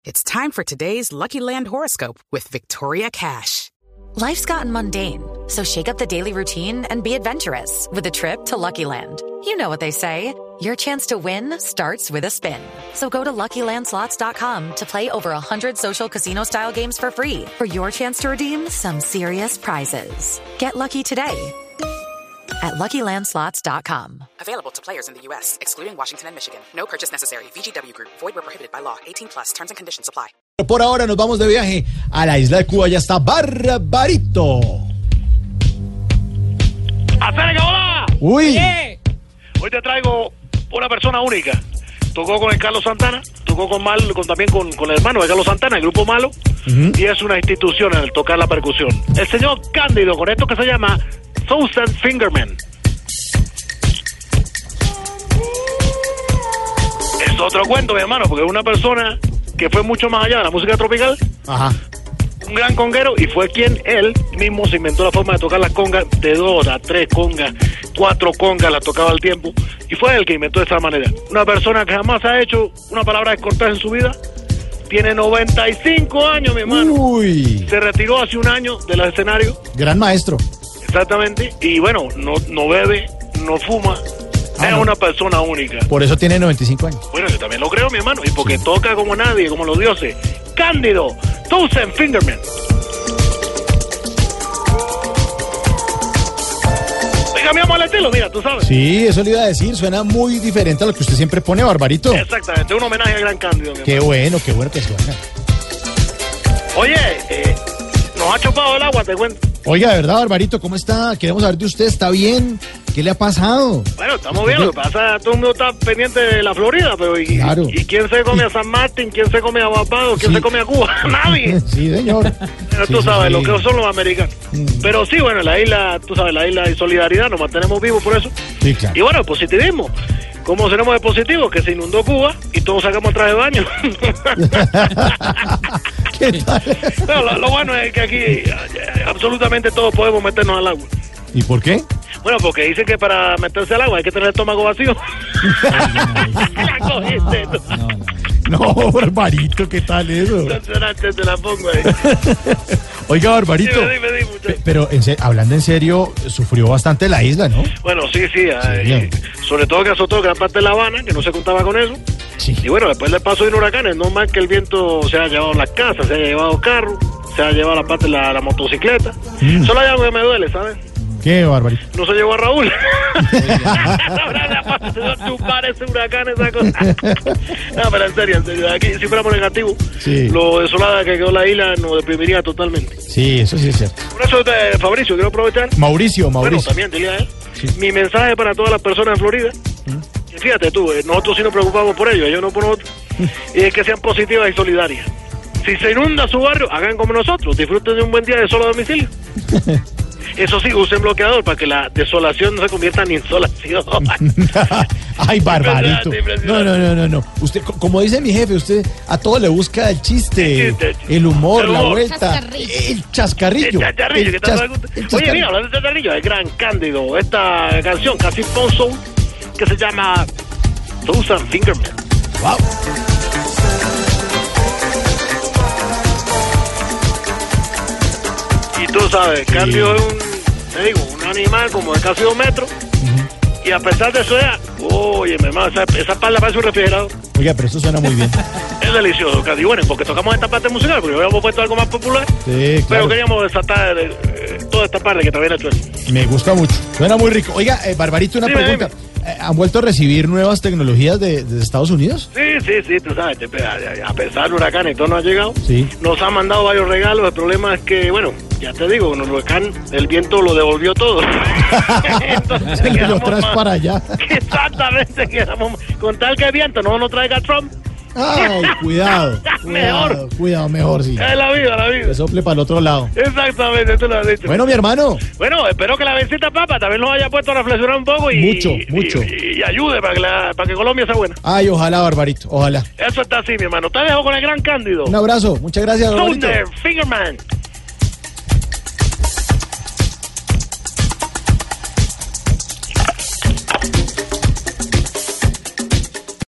It's time for today's Lucky Land horoscope with Victoria Cash. Life's gotten mundane, so shake up the daily routine and be adventurous with a trip to Lucky Land. You know what they say, your chance to win starts with a spin. So go to LuckyLandSlots.com to play over 100 social casino-style games for free for your chance to redeem some serious prizes. Get lucky today at LuckyLandSlots.com. Available to players in the U.S., excluding Washington and Michigan. No purchase necessary. VGW Group. Void where prohibited by law. 18+. Terms and conditions apply. Por ahora nos vamos de viaje a la isla de Cuba. Ya está Barbarito. ¡Acerca, hola! Uy. Hoy te traigo una persona única. Tocó con el Carlos Santana, tocó también con el hermano de Carlos Santana, el grupo Malo, y es una institución en el tocar la percusión. El señor Cándido, con esto que se llama Thousand Fingerman. Es otro cuento, mi hermano, porque es una persona que fue mucho más allá de la música tropical. Ajá. Un gran conguero, y fue quien él mismo se inventó la forma de tocar las congas de 2 a 3 congas, 4 congas, las tocaba al tiempo, y fue él que inventó de esa manera. Una persona que jamás ha hecho una palabra descortés en su vida. Tiene 95 años, mi hermano. Uy. Se retiró hace un año del escenario. Gran maestro. Exactamente. Y bueno, no bebe, no fuma. Es una persona única. Por eso tiene 95 años. Bueno, yo también lo creo, mi hermano. Y porque toca como nadie, como los dioses. Cándido, Thousand Fingerman. Cambiamos el estilo, mira, tú sabes. Sí, eso le iba a decir. Suena muy diferente a lo que usted siempre pone, Barbarito. Exactamente, un homenaje al gran Cándido. Qué bueno que suena. Oye, nos ha chupado el agua, te cuento. Oiga, de verdad, Barbarito, ¿cómo está? Queremos saber de usted, ¿está bien? ¿Qué le ha pasado? Bueno, estamos bien, lo que pasa, todo el mundo está pendiente de la Florida, pero Claro. ¿y quién se come a San Martín? ¿Quién se come a Barbados? ¿Quién se come a Cuba? Nadie. Sí, señor. Pero tú sabes, lo que son los americanos. Pero sí, bueno, la isla, tú sabes, la isla de solidaridad, nos mantenemos vivos por eso. Sí, claro. Y bueno, el positivismo. ¿Cómo seremos de positivos? Que se inundó Cuba y todos sacamos traje de baño. ¿Qué tal? Pero lo bueno es que aquí absolutamente todos podemos meternos al agua. ¿Y por qué? Bueno, porque dicen que para meterse al agua hay que tener el estómago vacío. La cogiste tú. No, Barbarito, ¿qué tal eso? Te la pongo ahí. Oiga, Barbarito. Dime, muchacho. Pero hablando en serio, sufrió bastante la isla, ¿no? Bueno, sí. Sobre todo que azotó gran parte de La Habana, que no se contaba con eso. Sí. Y bueno, después del paso de los huracanes, no más que el viento se ha llevado las casas, se ha llevado carros, se ha llevado la parte de la motocicleta. Solo hay algo que me duele, ¿sabes? ¿Qué, Barbarito? No se llevó a Raúl. Chupar ese huracán, esa cosa. No, pero en serio. Aquí, si fuéramos negativos, sí, lo desolada que quedó la isla nos deprimiría totalmente. Sí, eso sí es cierto. Por eso, Fabricio, quiero aprovechar. Mauricio. Bueno, también, dile a él. Sí. Mi mensaje para todas las personas en Florida. Fíjate tú, nosotros sí nos preocupamos por ellos, ellos no por nosotros. Y es que sean positivas y solidarias. Si se inunda su barrio, hagan como nosotros, disfruten de un buen día de sol a domicilio. Eso sí, usen bloqueador para que la desolación no se convierta en insolación. Ay, Barbarito. No. Usted, como dice mi jefe, usted a todo le busca el chiste, el humor, la vuelta, el chascarrillo. Oye, mira, hablando de chascarrillo, el gran Cándido, esta canción casi Ponzo, que se llama Thousand Fingerman. Wow. Y tú sabes, Cándido es un animal como de casi 2 metros. Y a pesar de eso, oye, mi hermano, esa parla parece un refrigerador. Oiga, pero eso suena muy bien. Es delicioso, Cándido. Bueno, porque tocamos esta parte musical, porque habíamos puesto algo más popular. Sí, claro. Pero queríamos desatar toda esta parte que también ha hecho él. Me gusta mucho. Suena muy rico. Oiga, Barbarito, una pregunta. ¿Han vuelto a recibir nuevas tecnologías de Estados Unidos? Sí, tú sabes, a pesar del huracán y todo nos ha llegado, sí, nos han mandado varios regalos. El problema es que, bueno, ya te digo, con el huracán el viento lo devolvió todo. Entonces lo traes para allá. Exactamente, quedamos con tal que el viento no nos traiga Trump. Ay, cuidado. Mejor, sí. Es la vida. Que sople para el otro lado. Exactamente, tú lo has dicho. Bueno, mi hermano. Bueno, espero que la Bencita Papa también nos haya puesto a reflexionar un poco y mucho. Y ayude para que Colombia sea buena. Ay, ojalá, Barbarito, ojalá. Eso está así, mi hermano. Te dejo con el gran Cándido. Un abrazo, muchas gracias, Barbarito. Fingerman.